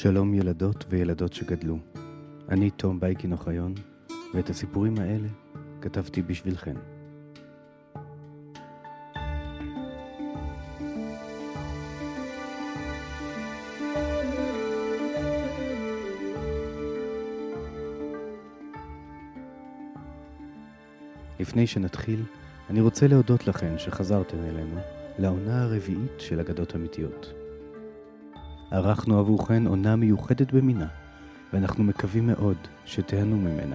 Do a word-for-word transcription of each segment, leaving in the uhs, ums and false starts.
שלום ילדות וילדות שגדלו. אני תום בייקין אוחיון, ואת הסיפורים האלה כתבתי בשבילכן. לפני שנתחיל, אני רוצה להודות לכן שחזרתן אלינו לעונה הרביעית של אגדות אמיתיות. ערכנו עבורכן עונה מיוחדת במינה, ואנחנו מקווים מאוד שתהנו ממנה.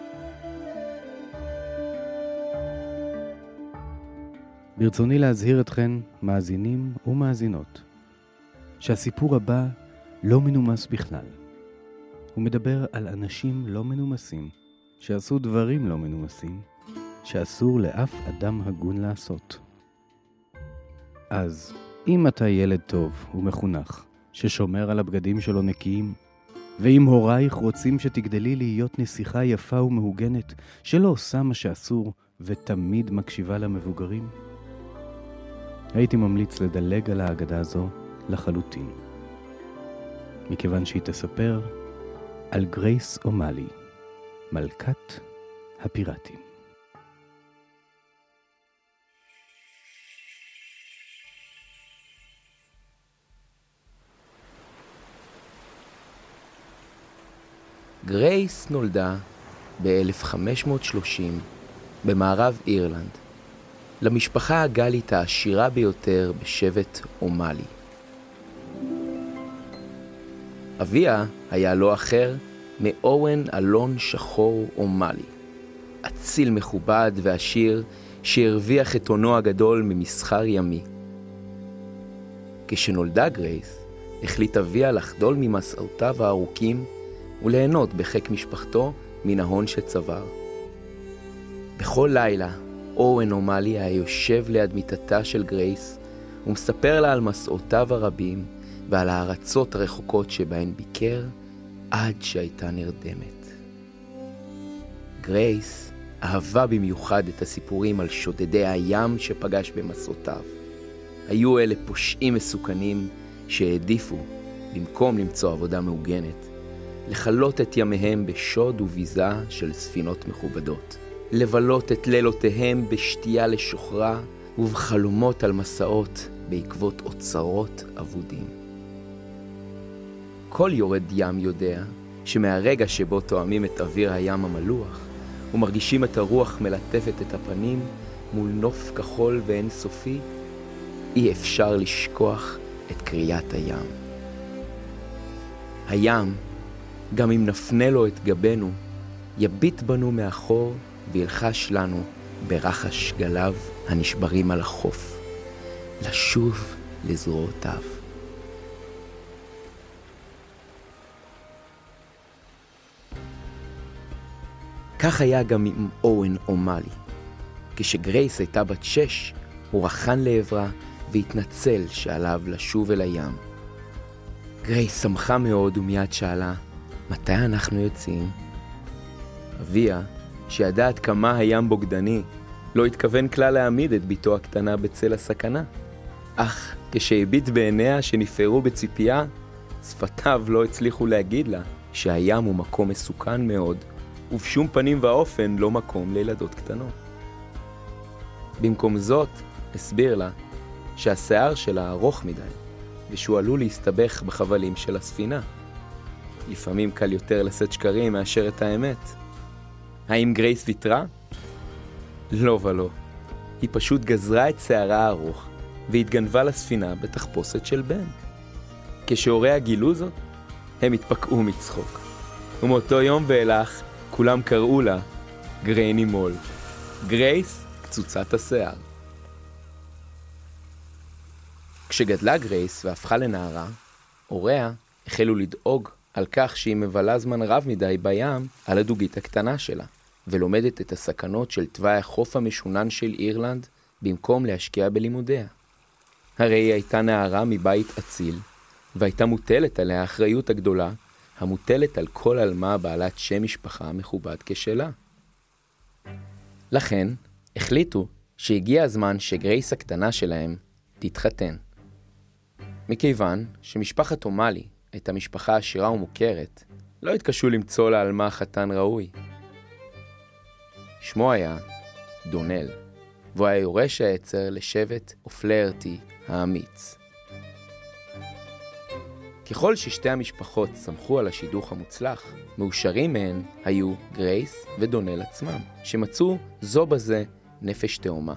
ברצוני להזהיר אתכן, מאזינים ומאזינות, שהסיפור הבא לא מנומס בכלל. הוא מדבר על אנשים לא מנומסים, שעשו דברים לא מנומסים, שאסור לאף אדם הגון לעשות. אז, אם אתה ילד טוב ומחונך, ששומר על הבגדים שלו נקיים, ואם הורייך רוצים שתגדלי להיות נסיכה יפה ומהוגנת, שלא עושה מה שאסור ותמיד מקשיבה למבוגרים, הייתי ממליץ לדלג על האגדה הזו לחלוטין. מכיוון שהיא תספר על גרייס אומאלי, מלכת הפיראטים. גרייס נולדה ב-אלף חמש מאות ושלושים במערב אירלנד, למשפחה הגלית העשירה ביותר בשבט אומאלי. אביה היה לא אחר מאורן אלון שחור אומאלי, אציל מכובד ועשיר שהרוויח את הונו הגדול ממסחר ימי. כשנולדה גרייס, החליט אביה לחדול ממסעותיו הארוכים וליהנות בחיק משפחתו מן ההון שצבר. בכל לילה, אורן אומאלי היה יושב ליד מיטתה של גרייס ומספר לה על מסעותיו הרבים ועל הארצות הרחוקות שבהן ביקר עד שהייתה נרדמת. גרייס אהבה במיוחד את הסיפורים על שודדי הים שפגש במסעותיו. היו אלה פושעים מסוכנים שהעדיפו, במקום למצוא עבודה מאוגנת, לחלות את ימיהם בשוד וביזה של ספינות מכובדות, לבלות את לילותיהם בשתייה לשוחרה ובחלומות על מסעות בעקבות אוצרות אבודים. כל יורד ים יודע שמהרגע שבו תואמים את אוויר הים המלוח ומרגישים את הרוח מלטפת את הפנים מול נוף כחול ואין סופי, אי אפשר לשכוח את קריאת הים. הים, גם אם נפנה לו את גבנו, יביט בנו מאחור וילחש לנו ברחש גליו הנשברים על החוף, לשוב לזרועותיו. כך היה גם עם אורן אומאלי. כשגרייס הייתה בת שש, הוא רחן לעברה והתנצל שעליו לשוב אל הים. גרייס שמחה מאוד ומיד שאלה, מתי אנחנו יוצאים? אביה, שידע עד כמה הים בוגדני, לא התכוון כלל להעמיד את ביתו הקטנה בצל הסכנה. אך כשהביט בעיניה שנפערו בציפייה, שפתיו לא הצליחו להגיד לה שהים הוא מקום מסוכן מאוד, ובשום פנים ואופן לא מקום לילדות קטנות. במקום זאת, הסביר לה שהשיער שלה ארוך מדי, ושהוא עלול להסתבך בחבלים של הספינה. לפעמים קל יותר לשאת שקרים מאשר את האמת. האם גרייס ויתרה? לא ולא. היא פשוט גזרה את שערה הארוך והתגנבה לספינה בתחפושת של בן. כשהוריה גילו זאת, הם התפקעו מצחוק. ומאותו יום ואילך כולם קראו לה גרייני מול. גרייס, קצוצת השיער. כשגדלה גרייס והפכה לנערה, הוריה החלו לדאוג על כך שהיא מבלה זמן רב מדי בים על הדוגית הקטנה שלה, ולומדת את הסכנות של תוואי החוף המשונן של אירלנד במקום להשקיע בלימודיה. הרי היא הייתה נערה מבית אציל, והייתה מוטלת עליה האחריות הגדולה, המוטלת על כל אלמה בעלת שם משפחה מכובד כשלה. לכן, החליטו שהגיע הזמן שגרייס הקטנה שלהם תתחתן. מכיוון שמשפחת אומאלי הייתה משפחה עשירה ומוכרת, לא התקשו למצוא לה על מה חתן ראוי. שמו היה דונל, והוא היה יורש העצר לשבט אופלרטי האמיץ. ככל ששתי המשפחות סמכו על השידוך המוצלח, מאושרים מהן היו גרייס ודונל עצמם, שמצאו זו בזה נפש תאומה.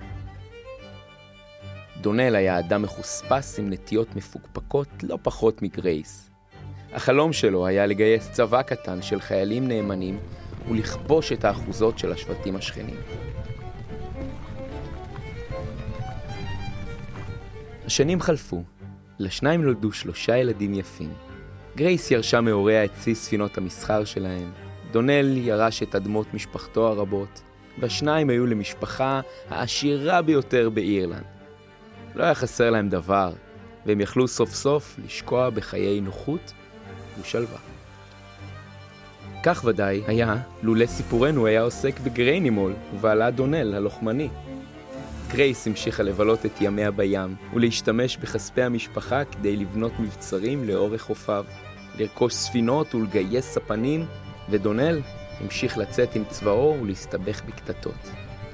דונל היה אדם מחוספס עם נטיות מפוקפקות לא פחות מגרייס. החלום שלו היה לגייס צבא קטן של חיילים נאמנים ולכבוש את האחוזות של השבטים השכנים. השנים חלפו, לשניים נולדו שלושה ילדים יפים. גרייס ירשה מהוריה את צי ספינות המסחר שלהם, דונל ירש את אדמות משפחתו הרבות, והשניים היו למשפחה העשירה ביותר באירלנד. לא היה חסר להם דבר, והם יכלו סוף סוף לשקוע בחיי נוחות ושלווה. כך ודאי היה, לולא סיפורנו היה עוסק בגריינימול ובעלה דונל הלוחמני. גרייס המשיכה לבלות את ימיה בים ולהשתמש בכספי המשפחה כדי לבנות מבצרים לאורך חופיו, לרכוש ספינות ולגייס ספנים, ודונל המשיך לצאת עם צבאו ולהסתבך בקטטות.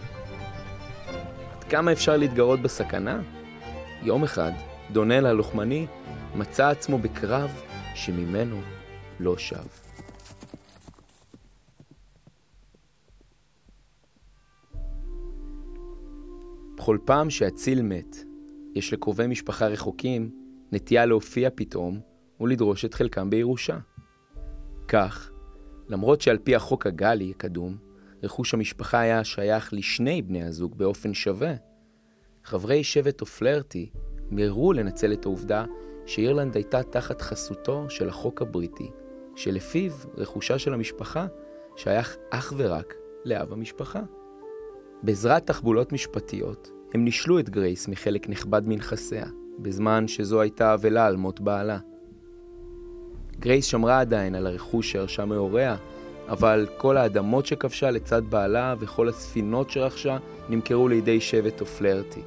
עד כמה אפשר להתגרות בסכנה? יום אחד, דונל הלוחמני מצא עצמו בקרב שממנו לא שב. בכל פעם שהציל מת, יש לקרובי משפחה רחוקים נטייה להופיע פתאום ולדרוש את חלקם בירושה. כך, למרות שעל פי החוק הגלי הקדום, רכוש המשפחה היה שייך לשני בני הזוג באופן שווה, חברי שבט אופלרטי מיהרו לנצל את העובדה שאירלנד הייתה תחת חסותו של החוק הבריטי, שלפיו רכושה של המשפחה שייך אך ורק לאב המשפחה. בעזרת תחבולות משפטיות, הם נשלו את גרייס מחלק נכבד מנכסיה, בזמן שזו הייתה אבלה על מות בעלה. גרייס שמרה עדיין על הרכוש שרשה מהוריה, אבל כל האדמות שכבשה לצד בעלה וכל הספינות שרכשה נמכרו לידי שבט אופלרטי.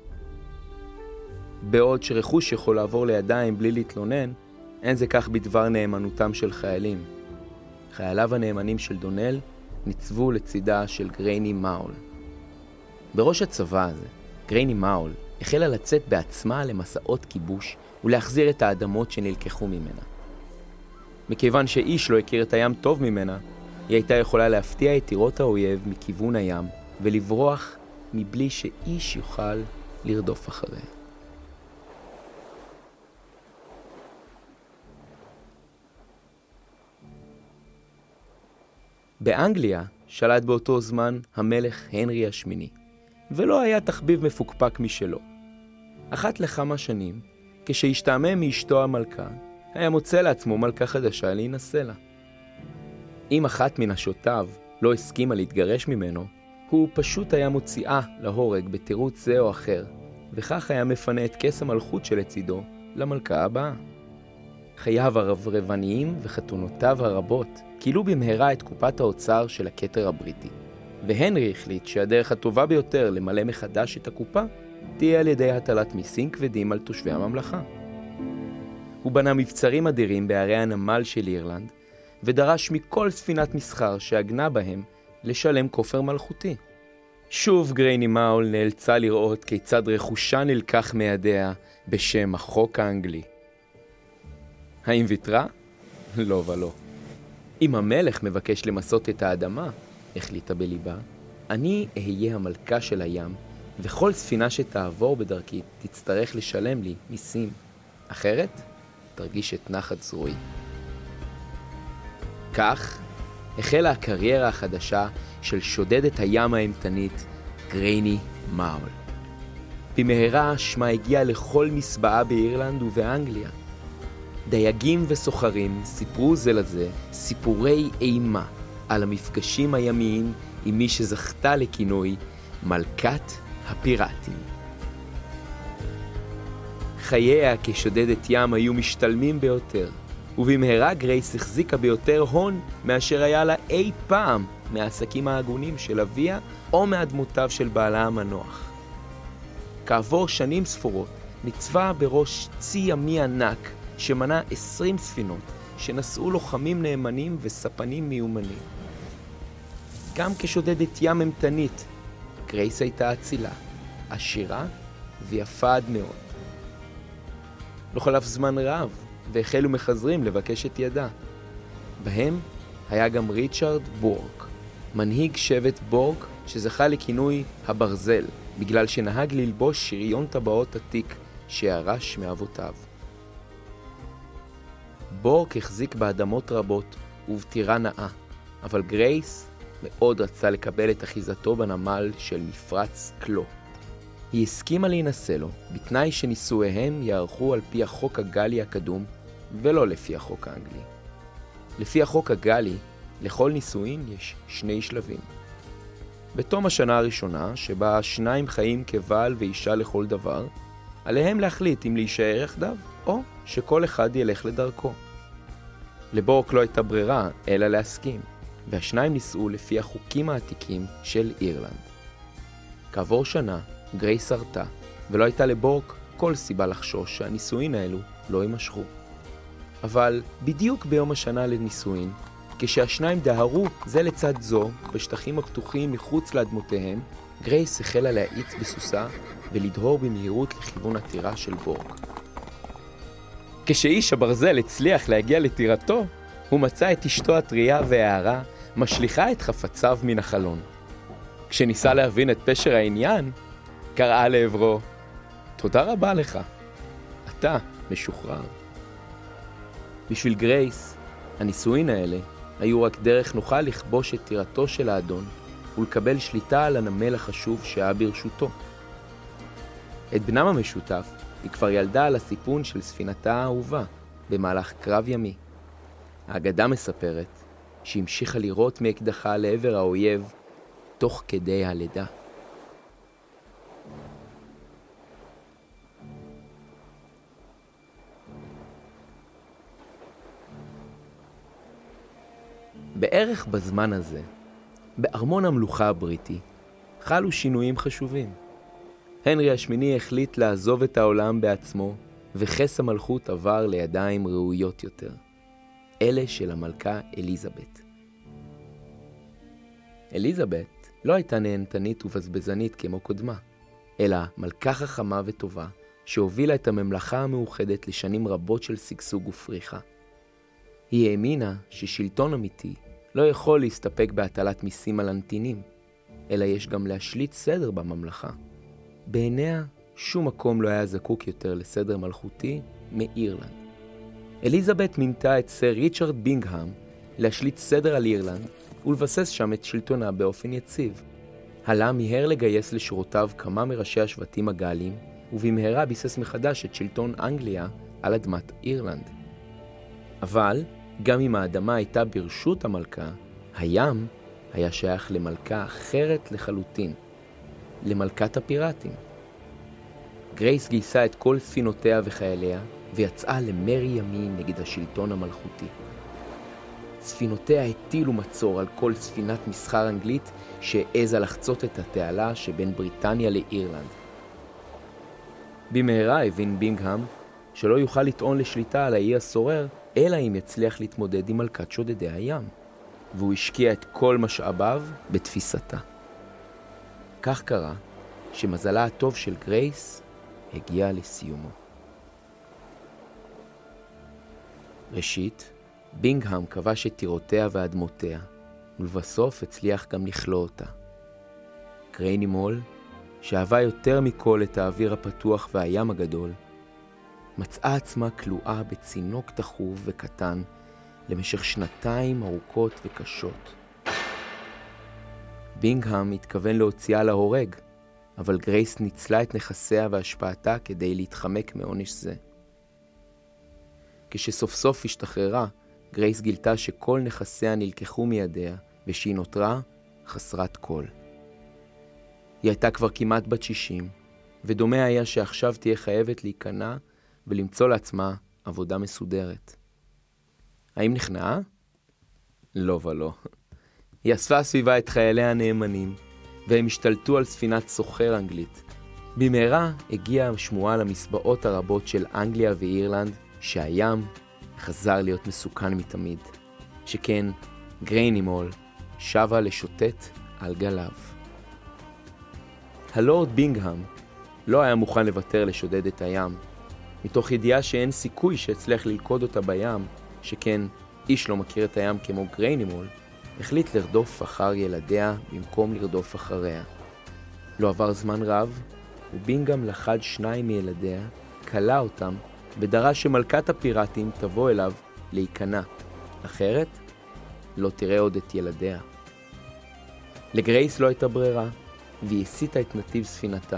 בעוד שרכוש יכול לעבור לידיים בלי להתלונן, אין זה כך בדבר נאמנותם של חיילים. חייליו הנאמנים של דונל ניצבו לצידה של גרייני מאול. בראש הצבא הזה, גרייני מאול החלה לצאת בעצמה למסעות כיבוש ולהחזיר את האדמות שנלקחו ממנה. מכיוון שאיש לא הכיר את הים טוב ממנה, היא הייתה יכולה להפתיע את טירות האויב מכיוון הים ולברוח מבלי שאיש יוכל לרדוף אחריה. באנגליה שלט באותו זמן המלך הנרי השמיני, ולא היה תחביב מפוקפק משלו. אחת לכמה שנים, כשהשתעמם מאשתו המלכה, היה מוצא לעצמו מלכה חדשה להינשא לה. אם אחת מנשותיו לא הסכימה להתגרש ממנו, הוא פשוט היה מוציאה להורג בתירוץ זה או אחר, וכך היה מפנה את כס המלכות שלצידו למלכה הבאה. חייו הרברבניים וחתונותיו הרבות קילו במהרה את קופת האוצר של הכתר הבריטי, והנרי החליט שהדרך הטובה ביותר למלא מחדש את הקופה תהיה על ידי הטלת מיסים כבדים על תושבי הממלכה. הוא בנה מבצרים אדירים בערי הנמל של אירלנד, ודרש מכל ספינת מסחר שהגנה בהם לשלם כופר מלכותי. שוב גרייני מאול נאלצה לראות כיצד רכושה נלקח מידיה בשם החוק האנגלי. האם ויתרה? לא ולא. אם המלך מבקש למסות את האדמה, החליטה בליבה, אני אהיה המלכה של הים, וכל ספינה שתעבור בדרכי תצטרך לשלם לי מיסים. אחרת, תרגיש את נחת זרועי. כך החלה הקריירה החדשה של שודדת הים האימתנית, גרייני מאול. במהרה שמה הגיע לכל מסבעה באירלנד ובאנגליה. דייגים וסוחרים סיפרו זה לזה סיפורי אימה על המפגשים הימיים עם מי שזכתה לכינוי מלכת הפיראטים. חייה כשודדת ים היו משתלמים ביותר, ובמהרה גרייס החזיקה ביותר הון מאשר היה לה אי פעם מהעסקים ההגונים של אביה או מהדמותיו של בעלה המנוח. כעבור שנים ספורות ניצבה בראש צי ימי ענק שמנה עשרים ספינות, שנשאו לוחמים נאמנים וספנים מיומנים. גם כשודדת ים אמתנית, גרייס הייתה אצילה, עשירה ויפה עד מאוד. לא חלף זמן רב, והחלו מחזרים לבקש את ידה. בהם היה גם ריצ'רד בורק, מנהיג שבט בורק שזכה לכינוי הברזל, בגלל שנהג ללבוש שריון טבעות עתיק שירש מאבותיו. בורק החזיק באדמות רבות ובטירה נאה, אבל גרייס מאוד רצה לקבל את אחיזתו בנמל של מפרץ קלו. היא הסכימה להינשא לו, בתנאי שנישואיהם יערכו על פי החוק הגלי הקדום, ולא לפי החוק האנגלי. לפי החוק הגלי, לכל נישואין יש שני שלבים. בתום השנה הראשונה, שבה שניים חיים כבעל ואישה לכל דבר, עליהם להחליט אם להישאר יחדיו, או שכל אחד ילך לדרכו. לבורק לא הייתה ברירה, אלא להסכים, והשניים נישאו לפי החוקים העתיקים של אירלנד. כעבור שנה, גרייס הרתה, ולא הייתה לבורק כל סיבה לחשוש שהנישואין האלו לא יימשכו. אבל בדיוק ביום השנה לנישואין, כשהשניים דהרו זה לצד זו בשטחים הפתוחים מחוץ לאדמותיהם, גרייס החלה להאיץ בסוסה ולדהור במהירות לכיוון הטירה של בורק. כשאיש הברזל הצליח להגיע לטירתו, הוא מצא את אשתו הטריה והערה משליחה את חפציו מן החלון. כשניסה להבין את פשר העניין, קראה לעברו, תודה רבה לך, אתה משוחרר. בשביל גרייס, הנישואין האלה היו רק דרך נוחה לכבוש את טירתו של האדון ולקבל שליטה על הנמל החשוב שהיה ברשותו. את בנם המשותף היא כבר ילדה על הסיפון של ספינתה האהובה במהלך קרב ימי. האגדה מספרת שהמשיכה לירות מאקדחה לעבר האויב תוך כדי הלידה. בערך בזמן הזה, בארמון המלוכה הבריטי, חלו שינויים חשובים. הנרי השמיני החליט לעזוב את העולם בעצמו, וכס המלכות עבר לידיים ראויות יותר. אלה של המלכה אליזבת. אליזבת לא הייתה נהנתנית ובזבזנית כמו קודמה, אלא מלכה חכמה וטובה, שהובילה את הממלכה המאוחדת לשנים רבות של שגשוג ופריחה. היא האמינה ששלטון אמיתי לא יכול להסתפק בהטלת מיסים על הנתינים, אלא יש גם להשליט סדר בממלכה. בעיניה שום מקום לא היה זקוק יותר לסדר מלכותי מאירלנד. אליזבת מינתה את סר ריצ'רד בינגהאם להשליט סדר על אירלנד ולבסס שם את שלטונה באופן יציב. הלה מיהר לגייס לשורותיו כמה מראשי השבטים הגליים, ובמהרה ביסס מחדש את שלטון אנגליה על אדמת אירלנד. אבל גם אם האדמה הייתה ברשות המלכה, הים היה שייך למלכה אחרת לחלוטין, למלכת הפיראטים. גרייס גייסה את כל ספינותיה וחייליה ויצאה למרי ימי נגד השלטון המלכותי. ספינותיה הטילו מצור על כל ספינת מסחר אנגלית שהעזה לחצות את התעלה שבין בריטניה לאירלנד. במהרה הבין בינגהאם שלא יוכל לטעון לשליטה על האי הסורר, אלא אם יצליח להתמודד עם מלכת שודדי הים, והוא השקיע את כל משאביו בתפיסתה. כך קרה שמזלה הטוב של גרייס הגיע לסיומו. ראשית, בינגהאם כבש את טירותיה ואדמותיה, ולבסוף הצליח גם לכלוא אותה. גריינימול, שאהבה יותר מכל את האוויר הפתוח והים הגדול, מצאה עצמה כלואה בצינוק תחוב וקטן למשך שנתיים ארוכות וקשות. בינגהאם התכוון להוציאה להורג, אבל גרייס ניצלה את נכסיה והשפעתה כדי להתחמק מעונש זה. כשסוף סוף השתחררה, גרייס גילתה שכל נכסיה נלקחו מידיה, ושהיא נותרה חסרת כל. היא הייתה כבר כמעט בת שישים, ודומה היה שעכשיו תהיה חייבת להיכנע ולמצוא לעצמה עבודה מסודרת. האם נכנעה? לא ולא. היא אספה סביבה את חייליה הנאמנים, והם השתלטו על ספינת סוחר אנגלית. במהרה הגיעה שמועה למסבעות הרבות של אנגליה ואירלנד, שהים חזר להיות מסוכן מתמיד, שכן גריינימול שבה לשוטט על גליו. הלורד בינגהאם לא היה מוכן לוותר לשודד את הים, מתוך ידיעה שאין סיכוי שהצליח ללכוד אותה בים, שכן איש לא מכיר את הים כמו גריינימול, החליט לרדוף אחר ילדיה במקום לרדוף אחריה. לא עבר זמן רב, ובינגהאם לחד שניים מילדיה, קלה אותם, ודרש שמלכת הפיראטים תבוא אליו להיכנע. אחרת, לא תראה עוד את ילדיה. לגרייס לא הייתה ברירה, והיא הסיטה את נתיב ספינתה.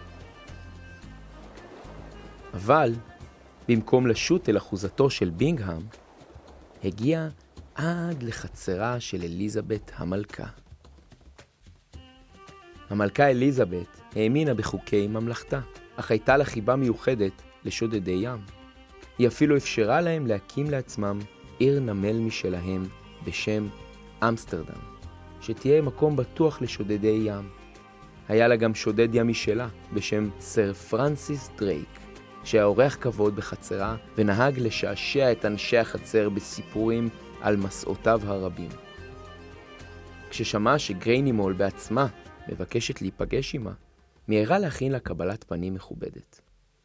אבל, במקום לשוט אל אחוזתו של בינגהאם, הגיע עד לחצרה של אליזבת המלכה. המלכה אליזבת האמינה בחוקי ממלכתה, אך הייתה לה חיבה מיוחדת לשודדי ים. היא אפילו אפשרה להם להקים לעצמם עיר נמל משלהם בשם אמסטרדם, שתהיה מקום בטוח לשודדי ים. היה לה גם שודד ים משלה בשם סר פרנסיס דרייק, שהיה אורח כבוד בחצרה ונהג לשעשע את אנשי החצר בסיפורים על מסעותיו הרבים. כששמע שגריינימול בעצמה מבקשת להיפגש עמה, מיהרה להכין לה קבלת פנים מכובדת.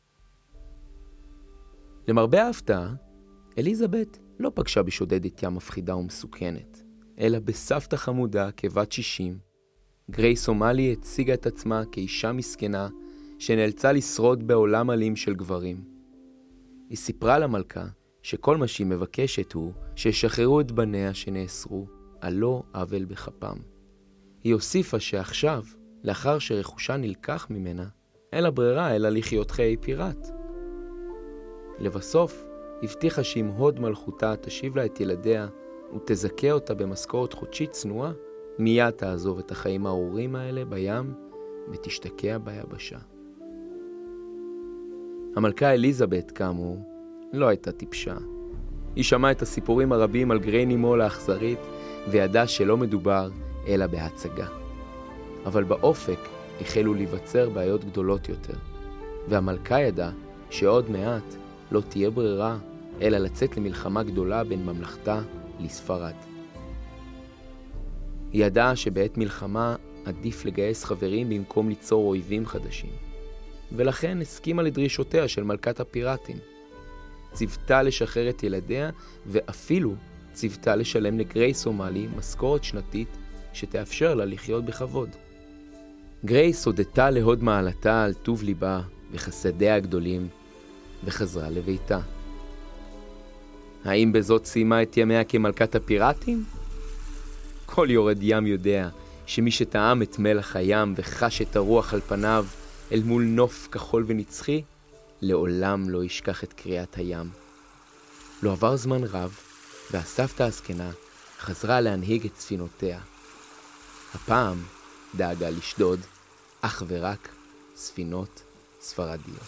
למרבה ההפתעה, אליזבת לא פגשה בשודדת ים מפחידה ומסוכנת, אלא בסבתא חמודה כבת שישים. גרייס אומאלי הציגה את עצמה כאישה מסכנה שנאלצה לשרוד בעולם אלים של גברים. היא סיפרה למלכה שכל מה שהיא מבקשת הוא שישחררו את בניה שנאסרו, על לא עוול בכפם. היא הוסיפה שעכשיו, לאחר שרכושה נלקח ממנה, אין לה ברירה אלא לחיות חיי פיראט. לבסוף, הבטיחה שאם הוד מלכותה תשיב לה את ילדיה ותזכה אותה במשכורת חודשית צנועה, מיד תעזוב את החיים הארורים האלה בים ותשתקע ביבשה. המלכה אליזבת, כאמור, לא הייתה טיפשה. היא שמעה את הסיפורים הרבים על גריינימול האכזרית וידעה שלא מדובר אלא בהצגה. אבל באופק החלו להיווצר בעיות גדולות יותר, והמלכה ידעה שעוד מעט לא תהיה ברירה אלא לצאת למלחמה גדולה בין ממלכתה לספרד. היא ידעה שבעת מלחמה עדיף לגייס חברים במקום ליצור אויבים חדשים, ולכן הסכימה לדרישותיה של מלכת הפיראטים. ציוותה לשחרר את ילדיה, ואפילו ציוותה לשלם לגרייס אומאלי משכורת שנתית שתאפשר לה לחיות בכבוד. גרייס הודתה להוד מעלתה על טוב ליבה וחסדיה הגדולים, וחזרה לביתה. האם בזאת סיימה את ימיה כמלכת הפיראטים? כל יורד ים יודע שמי שטעם את מלח הים וחש את הרוח על פניו אל מול נוף כחול ונצחי, לעולם לא ישכח את קריאת הים. לא עבר זמן רב, והסבתא הזקנה חזרה להנהיג את ספינותיה. הפעם דאגה לשדוד אך ורק ספינות ספרדיות.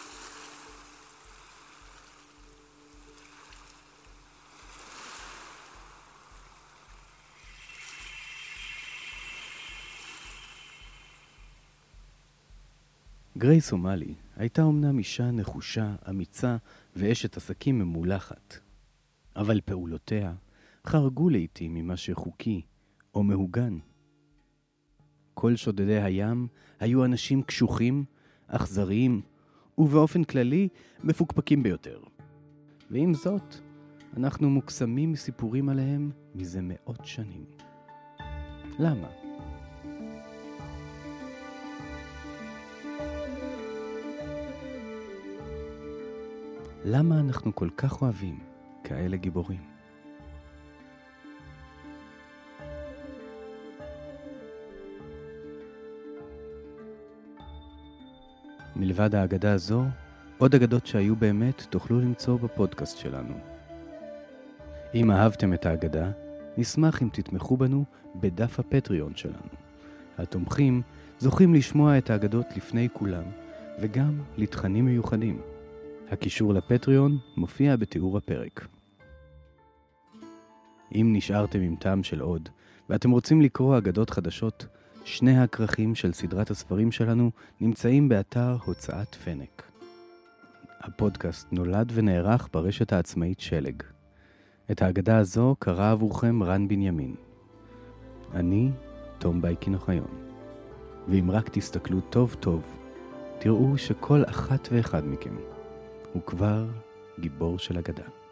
גרייס אומאלי הייתה אומנם אישה נחושה, אמיצה ואשת עסקים ממולחת, אבל פעולותיה חרגו לעתים ממה שחוקי או מהוגן. כל שודדי הים היו אנשים קשוחים, אכזריים ובאופן כללי מפוקפקים ביותר. ועם זאת, אנחנו מוקסמים מסיפורים עליהם מזה מאות שנים. למה? למה אנחנו כל כך אוהבים כאלה גיבורים? מלבד האגדה הזו, עוד אגדות שהיו באמת תוכלו למצוא בפודקאסט שלנו. אם אהבתם את האגדה, נשמח אם תתמכו בנו בדף הפטריון שלנו. התומכים זוכים לשמוע את האגדות לפני כולם, וגם לתכנים מיוחדים. הקישור לפטריון מופיע בתיאור הפרק. אם נשארתם עם טעם של עוד, ואתם רוצים לקרוא אגדות חדשות, שני הכרכים של סדרת הספרים שלנו נמצאים באתר הוצאת פנק. הפודקאסט נולד ונערך ברשת העצמאית שלג. את ההגדה הזו קרא עבורכם רן בנימין. אני תום בייקין אוחיון. ואם רק תסתכלו טוב טוב, תראו שכל אחת ואחד מכם הוא כבר גיבור של אגדה.